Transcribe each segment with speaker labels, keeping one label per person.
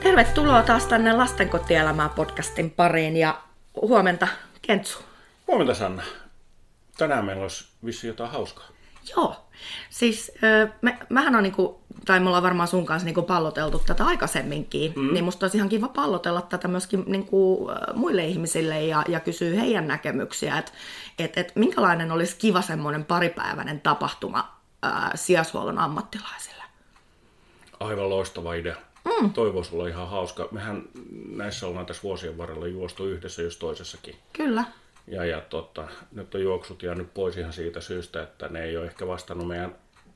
Speaker 1: Tervetuloa taas tänne Lasten kotielämää podcastin pariin ja huomenta Kentsu.
Speaker 2: Huomenta Sanna. Tänään meillä olisi vissiin jotain hauskaa.
Speaker 1: Joo, siis mehän on tai me ollaan varmaan sun kanssa palloteltu tätä aikaisemminkin, niin musta olisi ihan kiva pallotella tätä myöskin muille ihmisille ja kysyä heidän näkemyksiä, että minkälainen olisi kiva semmoinen paripäiväinen tapahtuma sijaishuollon ammattilaisille.
Speaker 2: Aivan loistava idea. Toivoisi olla ihan hauska. Mehän näissä ollaan tässä vuosien varrella juostu yhdessä jos toisessakin.
Speaker 1: Kyllä.
Speaker 2: Nyt on juoksut jäänyt pois ihan siitä syystä, että ne ei ole ehkä vastannut meidän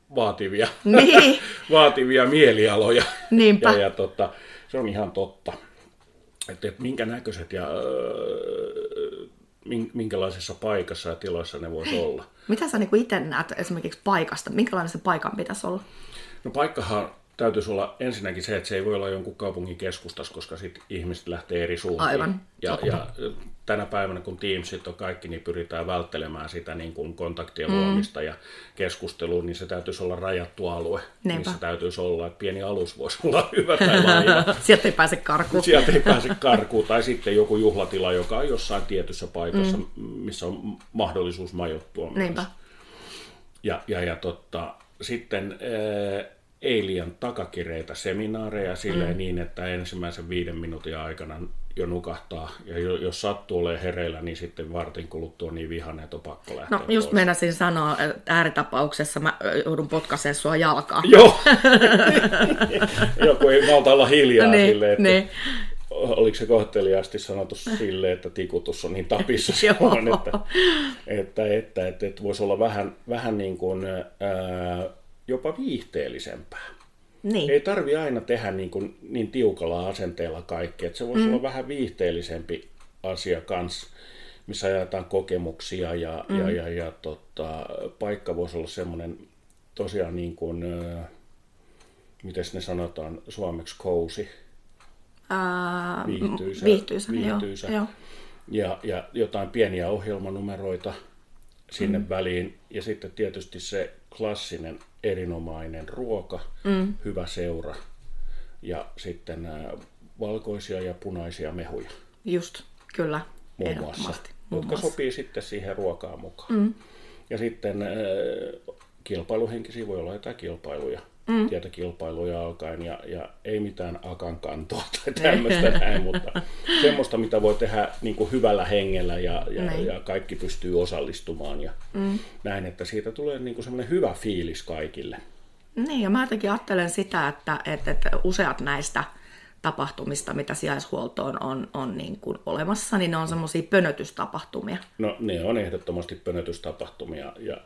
Speaker 2: vaativia mielialoja.
Speaker 1: Niinpä.
Speaker 2: Se on ihan totta. Että minkä näköiset ja minkälaisessa paikassa ja tilassa ne voisi olla.
Speaker 1: Mitä sä itse näet esimerkiksi paikasta? Minkälainen se paikan pitäisi olla?
Speaker 2: No paikkahan täytyisi olla ensinnäkin se, että se ei voi olla jonkun kaupungin keskustassa, koska sitten ihmiset lähtee eri suuntiin.
Speaker 1: Aivan.
Speaker 2: Ja tänä päivänä, kun Teamsit on kaikki, niin pyritään välttelemään sitä niin kuin kontaktien luomista ja keskustelua, niin se täytyisi olla rajattu alue.
Speaker 1: Niinpä.
Speaker 2: Missä täytyisi olla, että pieni alus voisi olla hyvä tai laiva.
Speaker 1: Sieltä ei pääse karkuun.
Speaker 2: Sieltä ei pääse karkuun. Tai sitten joku juhlatila, joka on jossain tietyssä paikassa, missä on mahdollisuus majoittua.
Speaker 1: Niinpä.
Speaker 2: Sitten ei liian takakireitä seminaareja silleen niin, että ensimmäisen 5 minuutin aikana jo nukahtaa. Ja jos sattuu olemaan hereillä, niin sitten vartin kuluttua niin vihainen, että on pakko lähteä
Speaker 1: pois. Just meinasin sanoa, että ääritapauksessa mä joudun potkaiseen sua jalkaa.
Speaker 2: Joo! Joku ei malta olla hiljaa silleen, että oliko se kohteliaasti sanottu silleen, että tikutus on niin tapissa silloin, että voisi olla vähän niin kuin jopa viihteellisempää.
Speaker 1: Niin.
Speaker 2: Ei tarvi aina tehdä niin tiukalla asenteella kaikkea. Että se voisi olla vähän viihteellisempi asia kanssa, missä ajetaan kokemuksia ja paikka voisi olla semmoinen tosiaan niin kuin, miten ne sanotaan suomeksi, cozy. Viihtyisä.
Speaker 1: Joo.
Speaker 2: Ja jotain pieniä ohjelmanumeroita sinne väliin. Ja sitten tietysti se klassinen erinomainen ruoka, hyvä seura ja sitten valkoisia ja punaisia mehuja.
Speaker 1: Just, kyllä.
Speaker 2: Muun muassa. Jotka sopii sitten siihen ruokaan mukaan. Ja sitten kilpailuhenkisiä voi olla jotain kilpailuja. Tietokilpailuja alkaen ja ei mitään akan kantoa tai tämmöistä näin, mutta semmoista, mitä voi tehdä niin kuin hyvällä hengellä ja kaikki pystyy osallistumaan ja näin, että siitä tulee niin kuin semmoinen hyvä fiilis kaikille.
Speaker 1: Niin, ja mä jotenkin ajattelen sitä, että useat näistä tapahtumista, mitä sijaishuoltoon on niin kuin olemassa, niin ne on semmoisia pönötystapahtumia.
Speaker 2: No ne on ehdottomasti pönötystapahtumia ja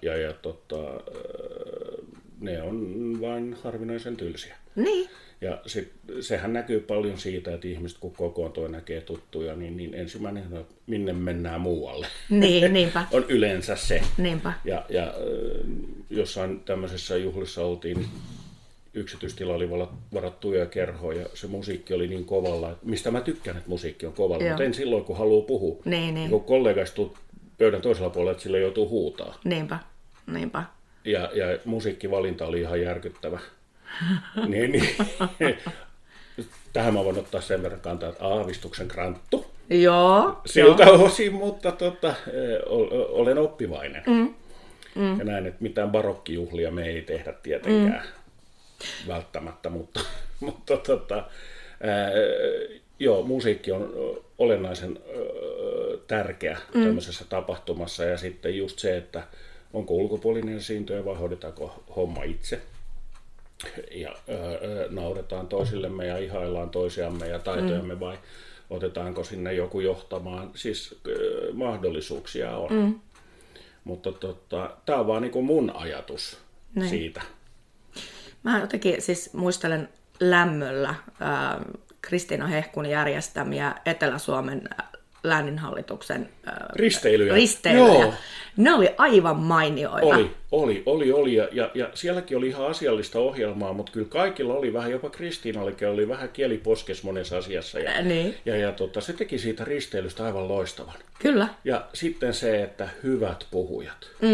Speaker 2: ne on vain harvinaisen tylsiä.
Speaker 1: Niin.
Speaker 2: Ja sehän näkyy paljon siitä, että ihmiset kun kokoontuu ja näkee tuttuja, niin ensimmäinen, minne mennään muualle.
Speaker 1: Niin, niinpä.
Speaker 2: On yleensä se.
Speaker 1: Niinpä.
Speaker 2: Ja jossain tämmöisessä juhlissa oltiin, yksityistila oli varattuja kerhoja ja se musiikki oli niin kovalla, mistä mä tykkään, että musiikki on kovalla, mutta en silloin, kun haluaa puhua.
Speaker 1: Niin.
Speaker 2: Kun kollega istuu pöydän toisella puolella, että sille joutuu huutaa.
Speaker 1: Niinpä.
Speaker 2: Ja musiikkivalinta oli ihan järkyttävä. niin. Tähän mä voin ottaa sen verran kantaa, että aavistuksen kranttu.
Speaker 1: Joo.
Speaker 2: Siltä osin, mutta olen oppivainen. Ja näin, että mitään barokkijuhlia me ei tehdä tietenkään välttämättä, mutta musiikki on olennaisen tärkeä tämmöisessä tapahtumassa ja sitten just se, että onko ulkopuolinen esiintyjä vai hoidetaanko homma itse. Ja nauretaan toisillemme ja ihaillaan toisiamme ja taitojamme vai otetaanko sinne joku johtamaan. Siis mahdollisuuksia on. Mutta tämä on vaan niin kuin mun ajatus siitä.
Speaker 1: Mä jotenkin siis muistelen lämmöllä Kristiina Hehkun järjestämiä Etelä-Suomen lääninhallituksen risteilyjä.
Speaker 2: Joo.
Speaker 1: Ne oli aivan mainioita.
Speaker 2: Oli. Ja sielläkin oli ihan asiallista ohjelmaa, mutta kyllä kaikilla oli vähän, jopa Kristiinallekin oli vähän kieliposkes monessa asiassa. Ja se teki siitä risteilystä aivan loistavan.
Speaker 1: Kyllä.
Speaker 2: Ja sitten se, että hyvät puhujat.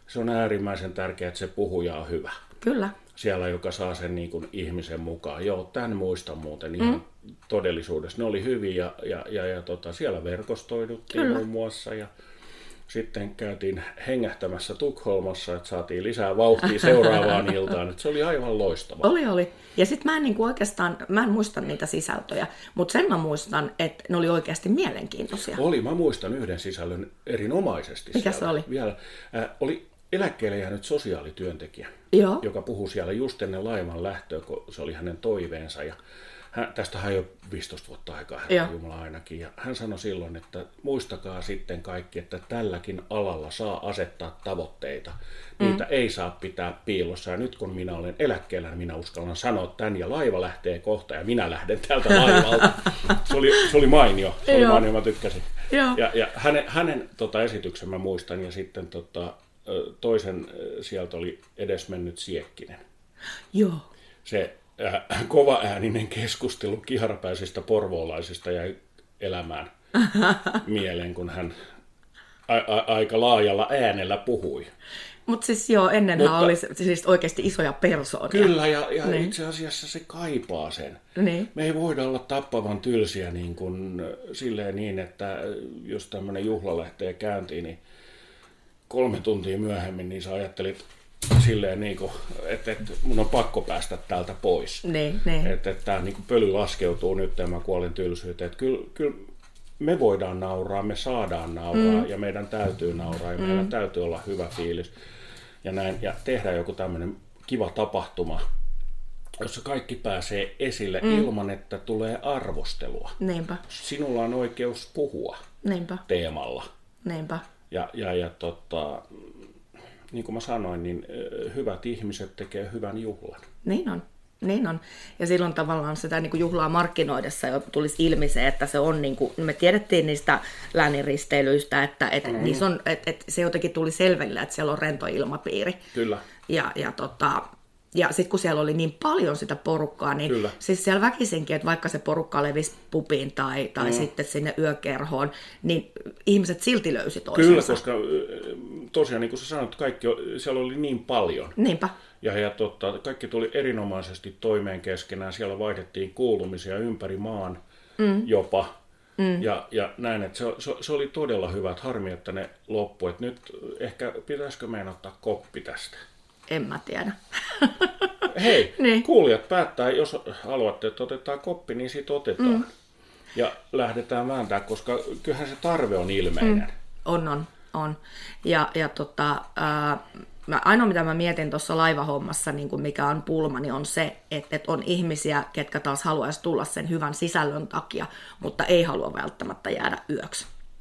Speaker 2: se on äärimmäisen tärkeää, että se puhuja on hyvä.
Speaker 1: Kyllä.
Speaker 2: Siellä, joka saa sen niin kuin ihmisen mukaan. Joo, tämän muistan muuten ihan todellisuudessa. Ne oli hyviä ja siellä verkostoiduttiin muun muassa ja sitten käytiin hengähtämässä Tukholmassa, että saatiin lisää vauhtia seuraavaan iltaan. Että se oli aivan loistava.
Speaker 1: Oli. Ja sitten mä en niinku oikeastaan, mä en muista niitä sisältöjä, mutta sen mä muistan, että ne oli oikeasti mielenkiintoisia.
Speaker 2: Mä muistan yhden sisällön erinomaisesti.
Speaker 1: Mikä se oli?
Speaker 2: Vielä, oli eläkkeelle jäänyt sosiaalityöntekijä, joka puhui siellä just ennen laivan lähtöä, kun se oli hänen toiveensa. Ja tästähän jo 15 vuotta aikaa, Herra Jumala ainakin. Ja hän sanoi silloin, että muistakaa sitten kaikki, että tälläkin alalla saa asettaa tavoitteita. Niitä ei saa pitää piilossa. Ja nyt kun minä olen eläkkeellä, niin minä uskallan sanoa tämän. Ja laiva lähtee kohta ja minä lähden täältä laivalta. Se oli mainio. Se oli mainio, mä tykkäsin. Ja hänen esityksen mä muistan. Ja sitten toisen sieltä oli edesmennyt Siekkinen.
Speaker 1: Joo.
Speaker 2: Se kovaääninen keskustelu kiharapäisistä porvoolaisista jäi elämään mieleen, kun hän aika laajalla äänellä puhui.
Speaker 1: Mutta siis ennenhän oli siis oikeasti isoja persoonia.
Speaker 2: Kyllä, ja itse asiassa se kaipaa sen.
Speaker 1: Niin.
Speaker 2: Me ei voida olla tappavan tylsiä silleen niin, että jos tämmöinen juhla lähtee käyntiin, niin 3 tuntia myöhemmin, niin sä ajattelit silleen, että mun on pakko päästä täältä pois.
Speaker 1: Niin.
Speaker 2: Että tämä pöly laskeutuu nyt ja mä kuolin tylsyyteen. Että kyllä me voidaan nauraa, me saadaan nauraa ja meidän täytyy nauraa ja meillä täytyy olla hyvä fiilis. Ja näin, ja tehdään joku tämmöinen kiva tapahtuma, jossa kaikki pääsee esille ilman, että tulee arvostelua.
Speaker 1: Niinpä.
Speaker 2: Sinulla on oikeus puhua teemalla.
Speaker 1: Niinpä.
Speaker 2: Ja niin kuin mä sanoin, niin hyvät ihmiset tekee hyvän juhlan.
Speaker 1: Niin on. Ja silloin tavallaan sitä niin kuin juhlaa markkinoidessa jo tulisi ilmi se, että se on, niin kuin, me tiedettiin niistä lääninristeilyistä, että niissä on, että se jotenkin tuli selville, että siellä on rento ilmapiiri.
Speaker 2: Kyllä.
Speaker 1: Ja sitten kun siellä oli niin paljon sitä porukkaa, niin
Speaker 2: Kyllä.
Speaker 1: siis siellä väkisinkin, että vaikka se porukka levisi pubiin tai sitten sinne yökerhoon, niin ihmiset silti löysi toisensa.
Speaker 2: Kyllä, koska tosiaan niin kuin sä sanoit, siellä oli niin paljon.
Speaker 1: Niinpä.
Speaker 2: Ja kaikki tuli erinomaisesti toimeen keskenään. Siellä vaihdettiin kuulumisia ympäri maan jopa. Ja näin, että se oli todella hyvä. Harmi, että ne loppui. Että nyt ehkä pitäisikö meidän ottaa koppi tästä?
Speaker 1: En mä tiedä.
Speaker 2: Hei, kuulijat päättää, jos haluatte, että otetaan koppi, niin siitä otetaan. Ja lähdetään vääntää, koska kyllähän se tarve on ilmeinen.
Speaker 1: On. Ja ainoa mitä mä mietin tuossa laivahommassa, niin kuin mikä on pulma, niin on se, että on ihmisiä, ketkä taas haluaisi tulla sen hyvän sisällön takia, mutta ei halua välttämättä jäädä yöksi.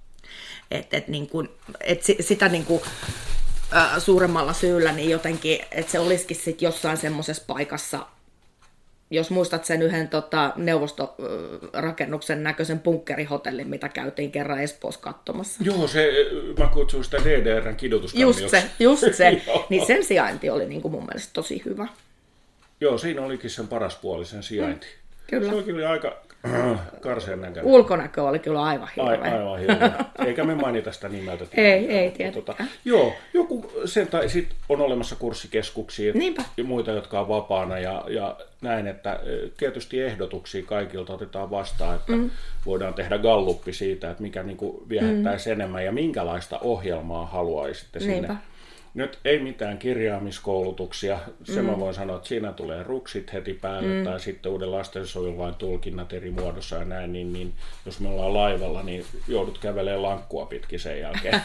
Speaker 1: Sitä niin kuin suuremmalla syyllä, niin jotenkin, että se olisikin sitten jossain semmoisessa paikassa, jos muistat sen yhden neuvostorakennuksen näköisen bunkkerihotellin, mitä käytiin kerran Espoossa katsomassa.
Speaker 2: Joo, mä kutsuin sitä DDR:n kidutuskammioksi.
Speaker 1: Just se. Niin sen sijainti oli niin kuin mun mielestä tosi hyvä.
Speaker 2: Joo, siinä olikin sen paras puoli, sen sijainti.
Speaker 1: Kyllä.
Speaker 2: Se oli kyllä aika karseen näköinen.
Speaker 1: Ulkonäkö oli kyllä aivan hirveä.
Speaker 2: Aivan hirveä. Eikä me mainita sitä nimeltä.
Speaker 1: Ei tietenkään.
Speaker 2: Joo, sitten on olemassa kurssikeskuksia
Speaker 1: Niinpä.
Speaker 2: ja muita, jotka on vapaana ja näin, että tietysti ehdotuksia kaikilta otetaan vastaan, että voidaan tehdä galluppi siitä, että mikä niinku viehättäisi enemmän ja minkälaista ohjelmaa haluaisitte sinne. Nyt ei mitään kirjaamiskoulutuksia, se mä voin sanoa, että siinä tulee ruksit heti päälle tai sitten uuden lastensuojelulain tulkinnat eri muodossa ja näin, niin jos me ollaan laivalla, niin joudut kävelemään lankkua pitkin sen jälkeen.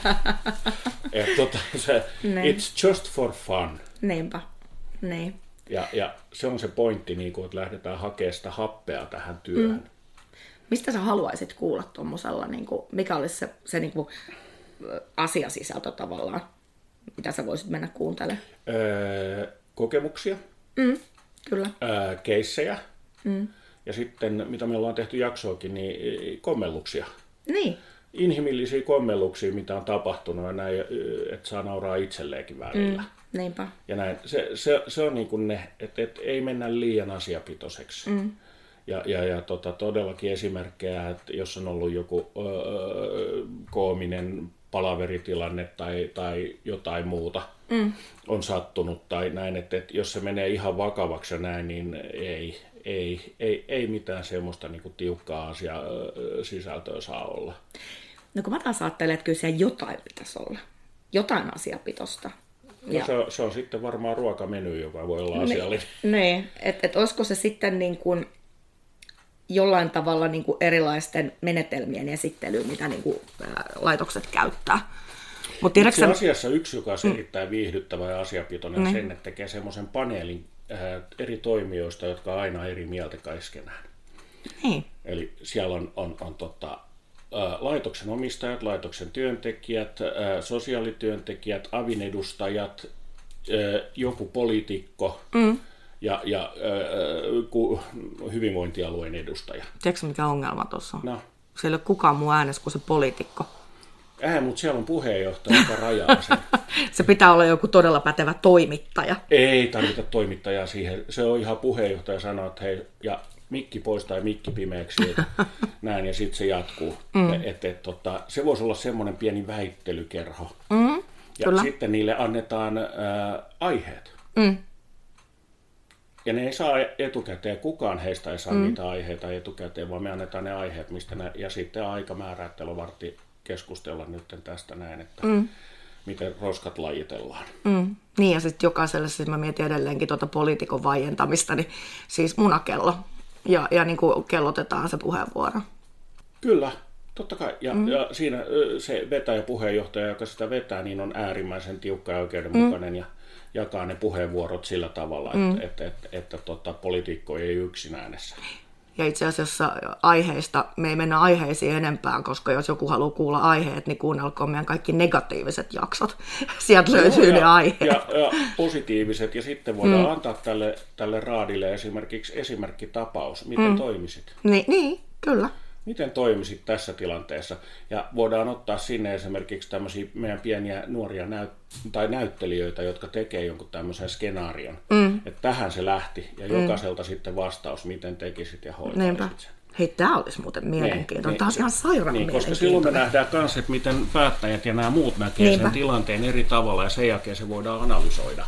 Speaker 2: It's just for fun.
Speaker 1: Niinpä, niin.
Speaker 2: Ja se on se pointti, että lähdetään hakemaan sitä happea tähän työhön.
Speaker 1: Mistä sä haluaisit kuulla tuommoisella, mikä olisi se asiasisältö tavallaan? Mitä sä voisit mennä kuuntelemaan?
Speaker 2: Kokemuksia.
Speaker 1: Kyllä.
Speaker 2: Keissejä. Ja sitten, mitä me ollaan tehty jaksoakin, niin kommelluksia.
Speaker 1: Niin.
Speaker 2: Inhimillisiä kommelluksia, mitä on tapahtunut ja näin, että saa nauraa itselleenkin välillä.
Speaker 1: Niinpä.
Speaker 2: Ja näin. Se on niin kuin ne, että ei mennä liian asiapitoiseksi. Ja todellakin esimerkkejä, että jos on ollut joku koominen palaveritilanne tai jotain muuta, on sattunut tai näin, että jos se menee ihan vakavaksi ja näin, niin ei mitään semmoista niin kuin tiukkaa asiaa sisältöä saa olla.
Speaker 1: No kun mä taas ajattelen, että kyllä siellä jotain pitäisi olla. Jotain asiapitosta.
Speaker 2: No se on sitten varmaan ruokameny, joka voi olla asiallinen.
Speaker 1: Niin, että olisiko se sitten niin kuin jollain tavalla niin kuin erilaisten menetelmien esittelyyn, mitä niin kuin laitokset käyttää.
Speaker 2: Itse asiassa yksi, joka on erittäin viihdyttävä ja asiapitoinen, sen, että tekee semmoisen paneelin eri toimijoista, jotka on aina eri mieltä keskenään.
Speaker 1: Niin.
Speaker 2: Eli siellä on laitoksen omistajat, laitoksen työntekijät, sosiaalityöntekijät, avin edustajat, joku poliitikko ja hyvinvointialueen edustaja.
Speaker 1: Tiedätkö mikä ongelma tuossa on?
Speaker 2: No.
Speaker 1: Siellä ei ole kukaan muu äänessä kuin se poliitikko.
Speaker 2: Mutta siellä on puheenjohtaja, joka rajaa sen.
Speaker 1: Se pitää olla joku todella pätevä toimittaja.
Speaker 2: Ei tarvita toimittajaa siihen. Se on ihan puheenjohtaja sanoo, että hei, ja mikki pois tai mikki pimeäksi, näin, ja sitten se jatkuu. Se voisi olla semmoinen pieni väittelykerho. Ja kyllä. Sitten niille annetaan aiheet. Ja ne ei saa etukäteen, kukaan heistä ei saa niitä aiheita etukäteen, vaan me annetaan ne aiheet, mistä ja sitten aika määrää, että on vartti keskustella nyt tästä näin, että miten roskat lajitellaan.
Speaker 1: Niin, ja sitten jokaiselle, siis mä mietin edelleenkin poliitikon vaientamista, niin siis munakello. Ja niin kuin kellotetaan se puheenvuoro.
Speaker 2: Kyllä, totta kai. Ja siinä se vetäjä puheenjohtaja, joka sitä vetää, niin on äärimmäisen tiukka ja oikeudenmukainen ja jakaa ne puheenvuorot sillä tavalla, että poliitikko ei yksin äänessä.
Speaker 1: Ja itse asiassa aiheista, me ei mennä aiheisiin enempää, koska jos joku haluaa kuulla aiheet, niin kuunnelkoon meidän kaikki negatiiviset jaksot. Sieltä löytyy ne aiheet.
Speaker 2: Ja positiiviset, ja sitten voidaan antaa tälle raadille esimerkiksi esimerkkitapaus, miten toimisit.
Speaker 1: Niin, kyllä.
Speaker 2: Miten toimisit tässä tilanteessa? Ja voidaan ottaa sinne esimerkiksi tämmöisiä meidän pieniä nuoria näyttelijöitä, jotka tekee jonkun tämmöisen skenaarion. Että tähän se lähti, ja jokaiselta sitten vastaus, miten tekisit ja hoitaisit sen.
Speaker 1: Hei, tämä olisi muuten mielenkiintoinen. Tämä on ihan sairaan mielenkiintoinen.
Speaker 2: Koska silloin me nähdään myös, että miten päättäjät ja nämä muut näkee sen tilanteen eri tavalla, ja sen jälkeen se voidaan analysoida.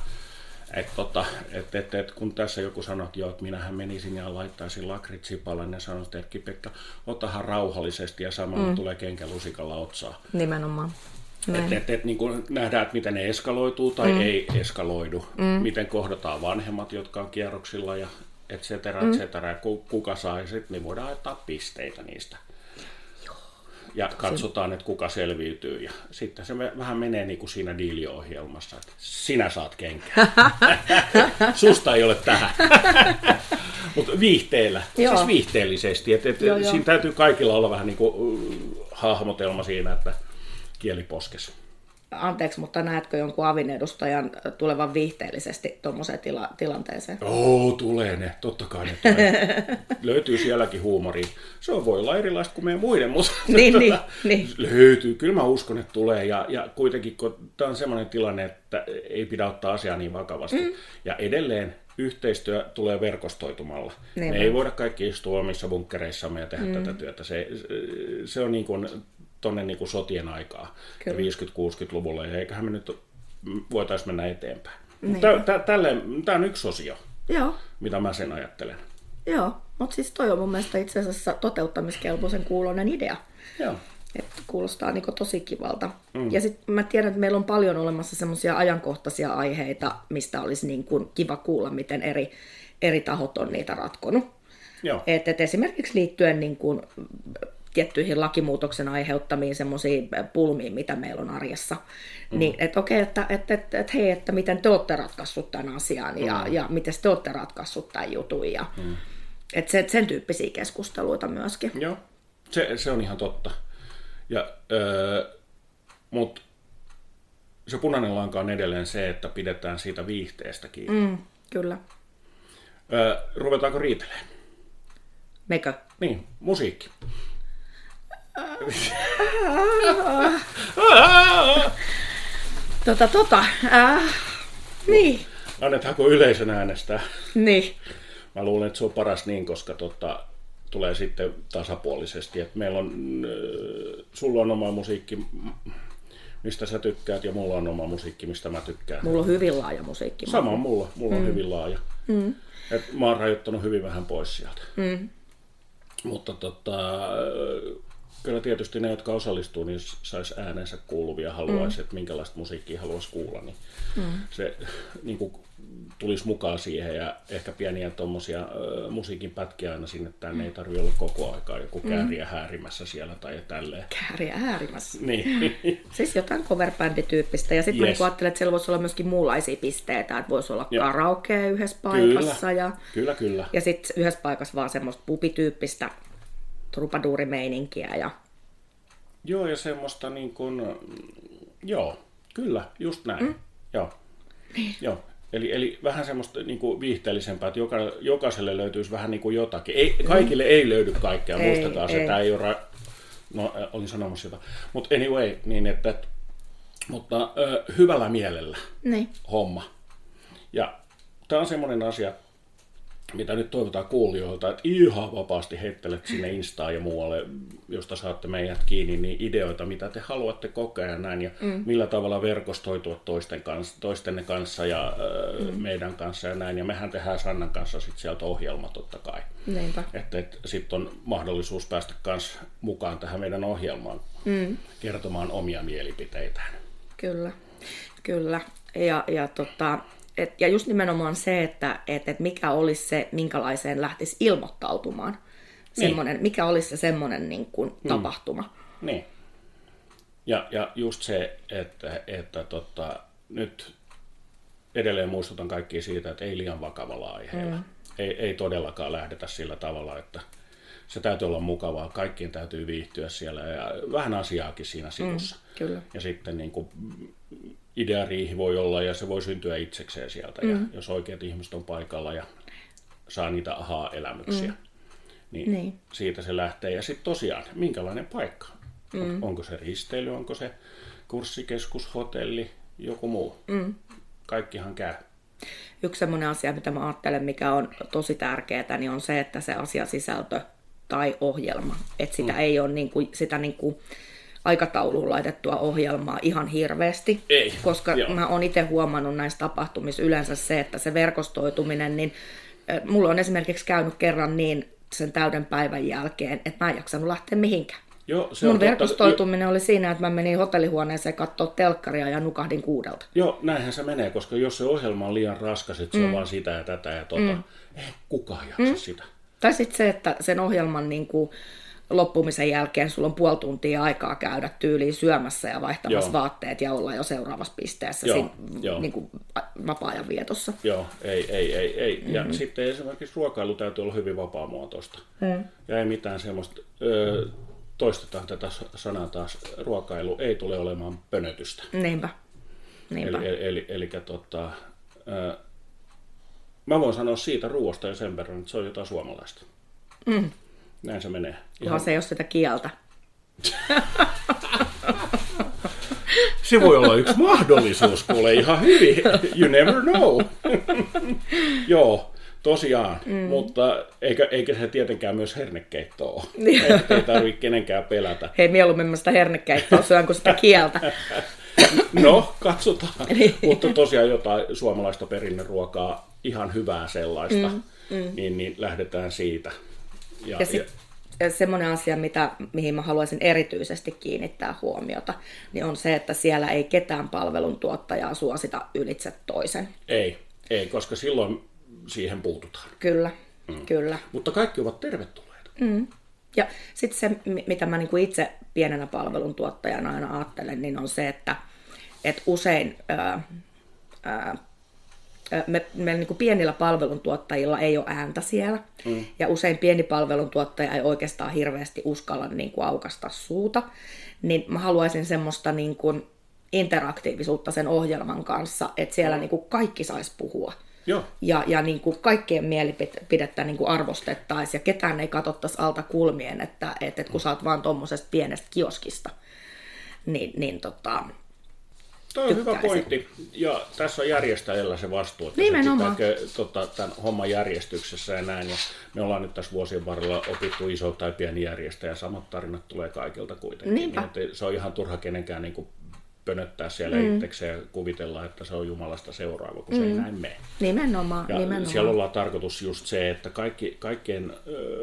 Speaker 2: Että kun tässä joku sanoo, että minähän menisin ja laittaisin lakritsipalan ja sanoin, että Erkki-Pekka, otahan rauhallisesti ja samalla tulee kenkälusikalla otsaa.
Speaker 1: Nimenomaan.
Speaker 2: Niin kun nähdään, että miten ne eskaloituu tai ei eskaloidu, miten kohdataan vanhemmat, jotka on kierroksilla ja et cetera, ja kuka saa, ja sitten niin voidaan ottaa pisteitä niistä. Ja katsotaan, että kuka selviytyy. Ja sitten se vähän menee niin kuin siinä diilio-ohjelmassa, että sinä saat kenkään. Susta ei ole tähän. Mutta viihteellä, siis viihteellisesti. Siinä täytyy kaikilla olla vähän niin kuin hahmotelma siinä, että kieli poskessa.
Speaker 1: Anteeksi, mutta näetkö jonkun avin edustajan tulevan viihteellisesti tuommoiseen tilanteeseen?
Speaker 2: Tulee ne, totta kai ne tulee. Löytyy sielläkin huumoria. Se voi olla erilaista kuin meidän muiden, mutta
Speaker 1: niin.
Speaker 2: Löytyy. Kyllä mä uskon, että tulee. Ja kuitenkin, kun tämä on sellainen tilanne, että ei pidä ottaa asiaa niin vakavasti. Ja edelleen yhteistyö tulee verkostoitumalla. Me ei voida kaikki istua omissa bunkkereissamme ja tehdä tätä työtä. Se on niin kuin tuonne niin kuin sotien aikaa, 50-60-luvulla, ja eiköhän me nyt voitaisiin mennä eteenpäin. Tämä on yksi osio, mitä mä sen ajattelen.
Speaker 1: Joo, mutta siis toi on mun mielestä itse asiassa toteuttamiskelpoisen kuuloinen idea.
Speaker 2: Joo.
Speaker 1: Että kuulostaa niin kuin tosi kivalta. Ja sitten mä tiedän, että meillä on paljon olemassa semmoisia ajankohtaisia aiheita, mistä olisi niin kuin kiva kuulla, miten eri tahot on niitä ratkonut. Et esimerkiksi liittyen niin kuin tiettyihin lakimuutoksen aiheuttamiin semmoisiin pulmiin, mitä meillä on arjessa. Niin, että okei, että hei, että miten te olette ratkaissut tämän asian ja miten te olette ratkaissut tämän jutun. Ja, että sen tyyppisiä keskusteluita myöskin.
Speaker 2: Joo, se on ihan totta. Mutta se punainen lanka on edelleen se, että pidetään siitä viihteestä kiinni.
Speaker 1: Kyllä.
Speaker 2: Ruvetaanko riitelemään?
Speaker 1: Mekö?
Speaker 2: Niin, musiikki.
Speaker 1: Niin.
Speaker 2: Annetaanko yleisön äänestää?
Speaker 1: Niin.
Speaker 2: Mä luulen, että se on paras niin, koska tulee sitten tasapuolisesti. Et meillä on, sulla on oma mistä sä tykkäät, ja mulla on oma musiikki, mistä mä tykkään.
Speaker 1: Mulla on hyvin laaja musiikki.
Speaker 2: Sama mulla on hyvin laaja. Et mä oon rajoittanut hyvin vähän pois sieltä. Mutta kyllä tietysti ne, jotka osallistuu, niin sais äänensä kuuluvia, haluaisi, että minkälaista musiikkia haluaisi kuulla, niin se niin kuin tulisi mukaan siihen, ja ehkä pieniä tuommoisia musiikin pätkiä aina sinne tänne, ei tarvitse olla koko aikaa joku kääriä häärimässä siellä tai tälleen.
Speaker 1: Kääriä häärimässä.
Speaker 2: Niin.
Speaker 1: Siis jotain coverbändityyppistä, ja sitten mä niin ajattelen, että siellä voisi olla myöskin muunlaisia pisteitä, että voisi olla karaokea yhdessä paikassa.
Speaker 2: Kyllä.
Speaker 1: Ja sitten yhdessä paikassa vaan semmoista pupityyppistä trupaduurimeininkiä.
Speaker 2: Joo, ja semmoista niin kuin, kyllä, just näin. Joo. Eli vähän semmoista niin kuin viihteellisempää, että jokaiselle löytyisi vähän niin kuin jotakin. Kaikille ei löydy kaikkea, muistakaa se, tämä ei ole, olin sanomassa jotain. Mutta anyway, mutta hyvällä mielellä homma. Ja tämä on semmoinen asia, mitä nyt toivotaan kuulijoilta, että ihan vapaasti heittelet sinne Instaan ja muualle, josta saatte meidät kiinni, niin ideoita, mitä te haluatte kokea ja näin, ja millä tavalla verkostoitua toistenne kanssa ja meidän kanssa ja näin, ja mehän tehdään Sannan kanssa sitten sieltä ohjelma totta kai. Että sitten on mahdollisuus päästä kans mukaan tähän meidän ohjelmaan kertomaan omia mielipiteitään.
Speaker 1: Kyllä. Ja just nimenomaan se, että mikä olisi se, minkälaiseen lähtisi ilmoittautumaan. Mikä olisi se semmoinen niin kuin tapahtuma. Niin.
Speaker 2: Ja just se, että nyt edelleen muistutan kaikkia siitä, että ei liian vakavalla aiheella. Ei todellakaan lähdetä sillä tavalla, että se täytyy olla mukavaa. Kaikkien täytyy viihtyä siellä ja vähän asiaakin siinä sivussa.
Speaker 1: Kyllä.
Speaker 2: Ja sitten niin kuin ideariihi voi olla ja se voi syntyä itsekseen sieltä. Ja jos oikeat ihmiset on paikalla ja saa niitä ahaa-elämyksiä, niin siitä se lähtee. Ja sitten tosiaan, minkälainen paikka? Onko se risteily, onko se kurssikeskus, hotelli, joku muu? Kaikkihan käy.
Speaker 1: Yksi semmoinen asia, mitä mä ajattelen, mikä on tosi tärkeää, niin on se, että se asiasisältö tai ohjelma, että sitä ei ole sitä aikatauluun laitettua ohjelmaa ihan hirveästi, koska mä oon itse huomannut näissä tapahtumissa yleensä se, että se verkostoituminen, niin mulla on esimerkiksi käynyt kerran niin sen täyden päivän jälkeen, että mä en jaksanut lähteä mihinkään. Mun verkostoituminen oli siinä, että mä menin hotellihuoneeseen katsoa telkkaria ja nukahdin 6.
Speaker 2: Joo, näinhän se menee, koska jos se ohjelma on liian raskas, että se on vaan sitä ja tätä ja ei kukaan jaksa sitä.
Speaker 1: Tai sitten se, että sen ohjelman loppumisen jälkeen sulla on puoli tuntia aikaa käydä tyyliin syömässä ja vaihtamassa vaatteet ja olla jo seuraavassa pisteessä vapaa-ajan vietossa.
Speaker 2: Joo, ei. Ja sitten esimerkiksi ruokailu täytyy olla hyvin vapaamuotoista. Ja ei mitään semmoista, toistetaan tätä sanaa taas, ruokailu ei tule olemaan pönötystä.
Speaker 1: Niinpä.
Speaker 2: Eli mä voin sanoa siitä ruoasta jo sen verran, että se on jotain suomalaista. Näin se menee.
Speaker 1: Ihan se ei ole sitä kieltä.
Speaker 2: Se voi olla yksi mahdollisuus, kuule ihan hyvin. You never know. Joo, tosiaan. Mutta eikä se tietenkään myös hernekeitto ole. Ei tarvitse kenenkään pelätä.
Speaker 1: Hei, mieluummin mä sitä hernekeittoa syön kuin sitä kieltä.
Speaker 2: No, katsotaan. Mutta tosiaan jotain suomalaista perinneruokaa, ihan hyvää sellaista, niin lähdetään siitä.
Speaker 1: Ja semmoinen asia, mihin mä haluaisin erityisesti kiinnittää huomiota, niin on se, että siellä ei ketään palveluntuottajaa suosita ylitse toisen.
Speaker 2: Ei, koska silloin siihen puututaan.
Speaker 1: Kyllä.
Speaker 2: Mutta kaikki ovat tervetulleita.
Speaker 1: Ja sitten se, mitä mä itse pienenä palveluntuottajana aina ajattelen, niin on se, että usein meillä pienillä palveluntuottajilla ei ole ääntä siellä, ja usein pieni palveluntuottaja ei oikeastaan hirveästi uskalla aukaista suuta, niin mä haluaisin semmoista interaktiivisuutta sen ohjelman kanssa, että siellä kaikki saisi puhua.
Speaker 2: Joo.
Speaker 1: Ja kaikkien mielipidettä arvostettaisiin, ja ketään ei katsottaisi alta kulmien, että kun sä oot vaan tommosesta pienestä kioskista, niin
Speaker 2: Toi on hyvä pointti, ja tässä on järjestäjällä se vastuu, että
Speaker 1: nimenomaan.
Speaker 2: tämän homman järjestyksessä ja näin, ja me ollaan nyt tässä vuosien varrella opittu iso tai pieni järjestäjä, samat tarinat tulee kaikilta kuitenkin, niin se on ihan turha kenenkään pönöttää siellä itsekseen ja kuvitella, että se on Jumalasta seuraava, kun se ei näin mene.
Speaker 1: Nimenomaan.
Speaker 2: Siellä ollaan tarkoitus just se, että kaikkien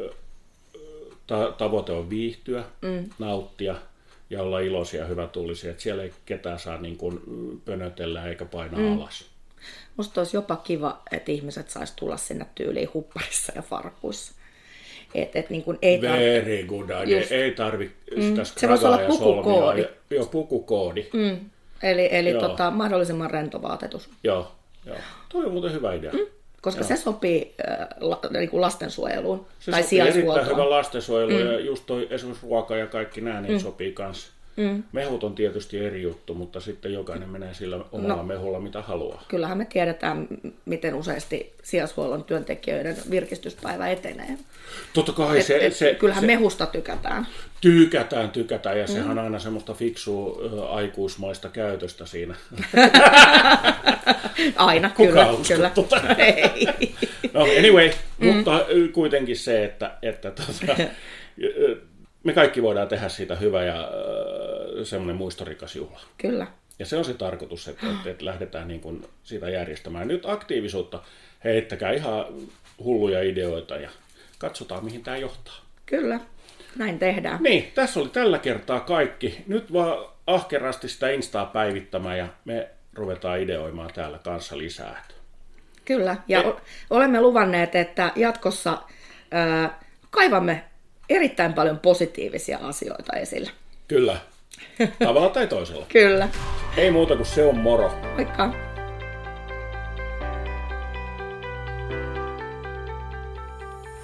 Speaker 2: tavoite on viihtyä, nauttia ja olla iloisia ja hyvätuulisia. Että siellä ei ketään saa niin kuin pönötellä eikä painaa alas.
Speaker 1: Musta olisi jopa kiva, että ihmiset sais tulla sinne tyyliin hupparissa ja farkuissa. Niin kuin ei
Speaker 2: very good idea. Ei tarvitse sitä
Speaker 1: se voisi olla pukukoodi.
Speaker 2: Joo, pukukoodi.
Speaker 1: Eli mahdollisimman rento vaatetus.
Speaker 2: Joo. Toi on muuten hyvä idea.
Speaker 1: Koska se sopii niin kuin lastensuojeluun
Speaker 2: se
Speaker 1: tai
Speaker 2: sopii erittäin
Speaker 1: sijaishuoltoon.
Speaker 2: hyvä lastensuojelu ja just toi esimerkiksi ruoka ja kaikki nämä niin sopii kanssa. Mehut on tietysti eri juttu, mutta sitten jokainen menee sillä omalla mehulla mitä haluaa. Kyllähän
Speaker 1: me tiedetään, miten useasti sijaishuollon työntekijöiden virkistyspäivä etenee.
Speaker 2: Totta kai
Speaker 1: kyllähän mehusta tykätään.
Speaker 2: Tykätään ja sehän on aina semmoista fiksua aikuismaista käytöstä siinä.
Speaker 1: Aina,
Speaker 2: Kuka
Speaker 1: kyllä.
Speaker 2: Ei. No anyway, mutta kuitenkin se, että me kaikki voidaan tehdä siitä hyvä ja semmoinen muistorikas juhla.
Speaker 1: Kyllä.
Speaker 2: Ja se on se tarkoitus, että lähdetään niin kuin sitä järjestämään. Nyt aktiivisuutta, heittäkää ihan hulluja ideoita ja katsotaan, mihin tämä johtaa.
Speaker 1: Kyllä, näin tehdään.
Speaker 2: Niin, tässä oli tällä kertaa kaikki. Nyt vaan ahkerasti sitä Instaa päivittämään ja me ruvetaan ideoimaan täällä kanssa lisää.
Speaker 1: Kyllä, ja olemme luvanneet, että jatkossa kaivamme erittäin paljon positiivisia asioita esille.
Speaker 2: Kyllä, tavalla tai toisella.
Speaker 1: Kyllä.
Speaker 2: Ei muuta kuin se on moro.
Speaker 1: Moikka.